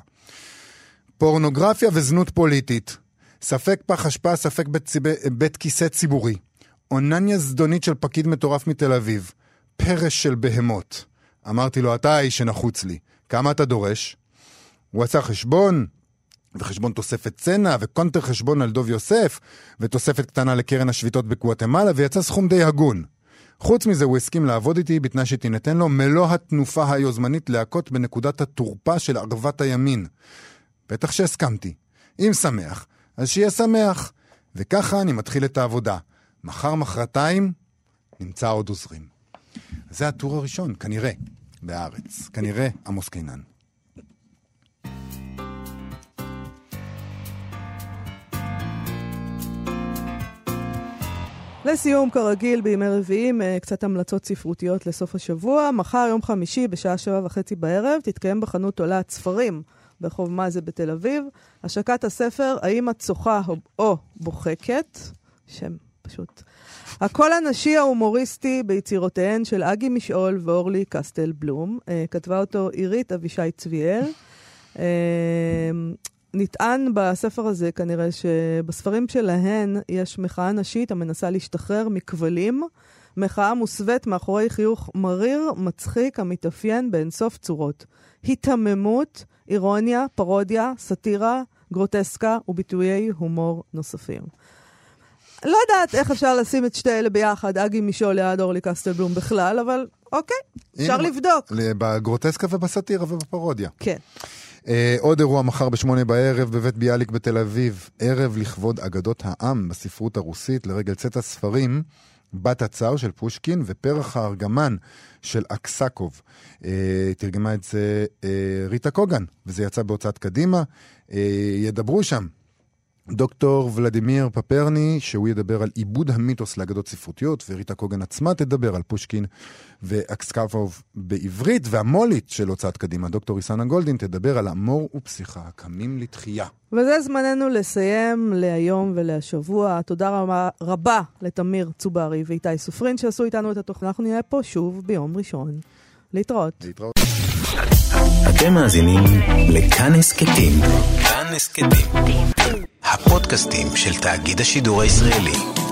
[SPEAKER 2] פורנוגרפיה וזנות פוליטית. ספק פח אשפה, ספק בית, ציב... בית כיסא ציבורי. אונניה זדונית של פקיד מטורף מתל אביב. פרש של בהמות. אמרתי לו, אתה האיש שנחוץ לי. כמה אתה דורש? הוא עשה חשבון, וחשבון תוספת צנע, וקונטר חשבון על דוב יוסף, ותוספת קטנה לקרן השביתות בקואטמלה, ויצא סכום די הגון. חוץ מזה הוא הסכים לעבוד איתי, בתנאי שתינתן לו מלוא התנופה היוזמנית להכות בנקודת התורפה של ערבת הימין. בטח שהסכמתי. אם שמח, אז שיהיה שמח. וככה אני מתחיל את העבודה. מחר מחרתיים, נמצא עוד עוזרים. זה הטור הראשון, כנראה, בארץ. כנראה עמוס קינן.
[SPEAKER 3] לסיום, כרגיל, בימי רביעים, קצת המלצות ספרותיות לסוף השבוע. מחר, יום חמישי, בשעה שבע וחצי בערב, תתקיים בחנות עולת ספרים ברחוב מזה בתל אביב. השקת הספר, האם את שוחה או בוחקת, שם פשוט. הקול הנשי ההומוריסטי ביצירותיהן של אגי משעול ואורלי קסטל בלום. כתבה אותו עירית אבישי צביאל. נטען בספר הזה כנראה שבספרים שלהן יש מחאה נשית המנסה להשתחרר מכבלים, מחאה מוסווית מאחורי חיוך מריר, מצחיק, המתאפיין באינסוף צורות. התממות, אירוניה, פרודיה, סטירה, גרוטסקה וביטויי הומור נוספים. לא יודעת איך אפשר לשים את שתי אלה ביחד, אגי משעול ליד אורלי קסטלבלום בכלל, אבל אוקיי, אפשר לבדוק.
[SPEAKER 2] בגרוטסקה ובסטירה ובפרודיה.
[SPEAKER 3] כן.
[SPEAKER 2] עוד אירוע מחר בשמונה בערב בבית ביאליק בתל אביב, ערב לכבוד אגדות העם בספרות הרוסית לרגל צאת הספרים, בת הצער של פושקין ופרח הארגמן של אקסקוב. תרגמה את זה ריטה קוגן, וזה יצא בהוצאת קדימה. ידברו שם דוקטור ולדימיר פפרני, שהוא ידבר על עיבוד המיתוס לאגדות ספרותיות, וריטה קוגן עצמה תדבר על פושקין ואקסקקוב בעברית, והמולית של הוצאת קדימה, דוקטור איסנה גולדין, תדבר על אמור ופסיכה, הקמים לתחייה.
[SPEAKER 3] וזה זמננו לסיים להיום ולהשבוע. תודה רבה, רבה לתמיר צוברי ואיתי סופרין שעשו איתנו את התוכנה. אנחנו נהיה פה שוב ביום ראשון. להתראות.
[SPEAKER 2] להתראות.
[SPEAKER 1] אתם מאזינים לכאן הסכתים. כאן הסכתים. הפודקאסטים של תאגיד השידור הישראלי.